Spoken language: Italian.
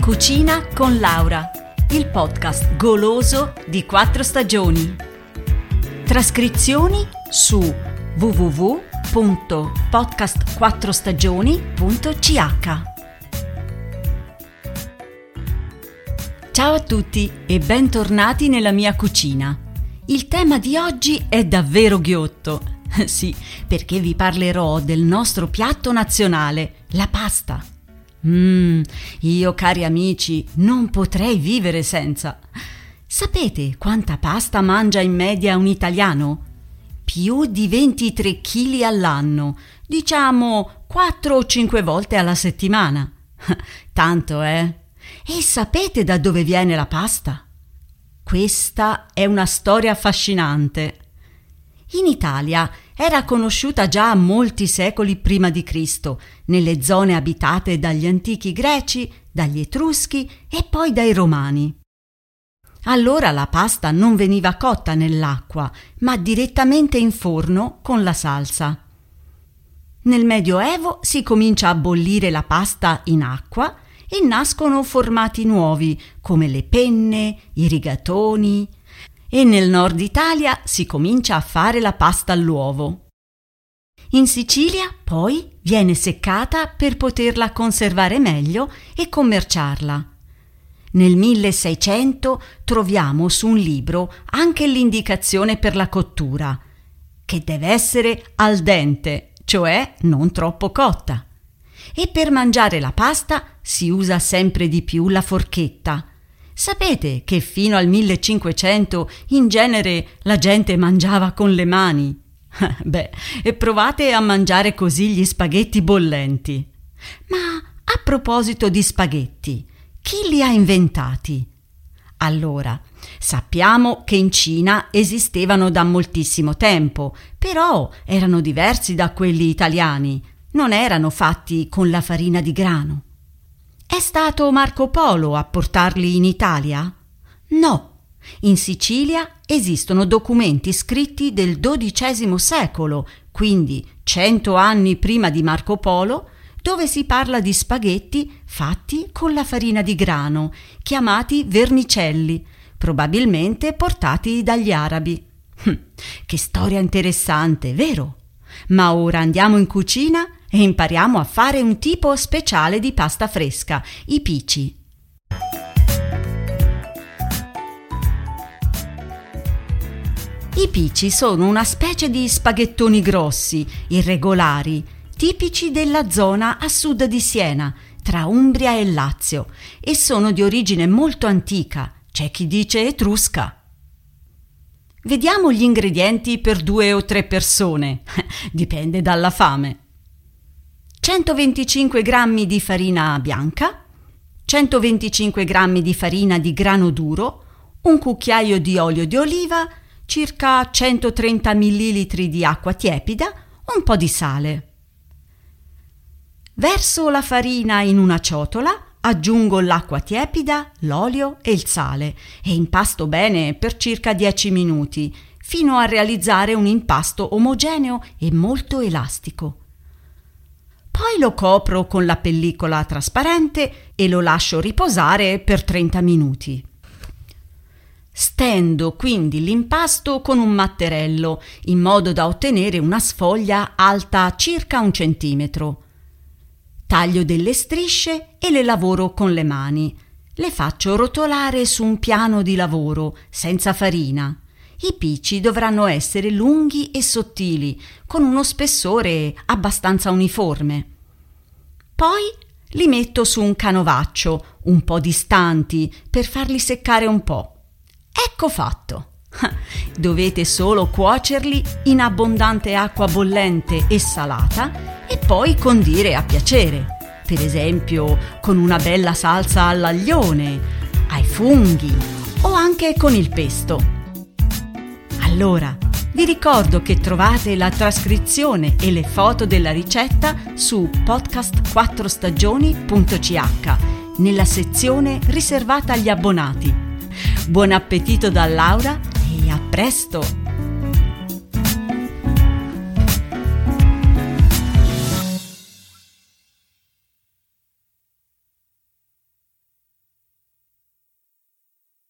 Cucina con Laura, il podcast goloso di 4 stagioni. Trascrizioni su www.podcast4stagioni.ch. Ciao a tutti e bentornati nella mia cucina. Il tema di oggi è davvero ghiotto. Sì, perché vi parlerò del nostro piatto nazionale, la pasta. Io, cari amici, non potrei vivere senza. Sapete quanta pasta mangia in media un italiano? Più di 23 kg all'anno, diciamo 4 o 5 volte alla settimana. Tanto, eh? E sapete da dove viene la pasta? Questa è una storia affascinante. In Italia era conosciuta già molti secoli prima di Cristo, nelle zone abitate dagli antichi greci, dagli etruschi e poi dai romani. Allora la pasta non veniva cotta nell'acqua, ma direttamente in forno con la salsa. Nel Medioevo si comincia a bollire la pasta in acqua e nascono formati nuovi come le penne, i rigatoni, e nel nord Italia si comincia a fare la pasta all'uovo. In Sicilia poi viene seccata per poterla conservare meglio e commerciarla. Nel 1600 troviamo su un libro anche l'indicazione per la cottura, che deve essere al dente, cioè non troppo cotta. E per mangiare la pasta si usa sempre di più la forchetta. Sapete che fino al 1500 in genere la gente mangiava con le mani? E provate a mangiare così gli spaghetti bollenti. Ma a proposito di spaghetti, chi li ha inventati? Allora, sappiamo che in Cina esistevano da moltissimo tempo, però erano diversi da quelli italiani, non erano fatti con la farina di grano. È stato Marco Polo a portarli in Italia? No. In Sicilia esistono documenti scritti del XII secolo, quindi 100 anni prima di Marco Polo, dove si parla di spaghetti fatti con la farina di grano, chiamati vermicelli, probabilmente portati dagli arabi. Che storia interessante, vero? Ma ora andiamo in cucina e impariamo a fare un tipo speciale di pasta fresca, i pici. I pici sono una specie di spaghettoni grossi, irregolari, tipici della zona a sud di Siena, tra Umbria e Lazio, e sono di origine molto antica, c'è chi dice etrusca. Vediamo gli ingredienti per 2 o 3 persone, dipende dalla fame. 125 g di farina bianca, 125 g di farina di grano duro, un cucchiaio di olio di oliva, circa 130 ml di acqua tiepida, un po' di sale. Verso la farina in una ciotola, aggiungo l'acqua tiepida, l'olio e il sale e impasto bene per circa 10 minuti, fino a realizzare un impasto omogeneo e molto elastico. Poi lo copro con la pellicola trasparente e lo lascio riposare per 30 minuti. Stendo quindi l'impasto con un matterello, in modo da ottenere una sfoglia alta circa 1 centimetro. Taglio delle strisce e le lavoro con le mani. Le faccio rotolare su un piano di lavoro, senza farina. I pici dovranno essere lunghi e sottili, con uno spessore abbastanza uniforme. Poi li metto su un canovaccio, un po' distanti, per farli seccare un po'. Ecco fatto! Dovete solo cuocerli in abbondante acqua bollente e salata e poi condire a piacere, per esempio con una bella salsa all'aglione, ai funghi o anche con il pesto. Allora, vi ricordo che trovate la trascrizione e le foto della ricetta su podcast4stagioni.ch nella sezione riservata agli abbonati. Buon appetito da Laura e a presto!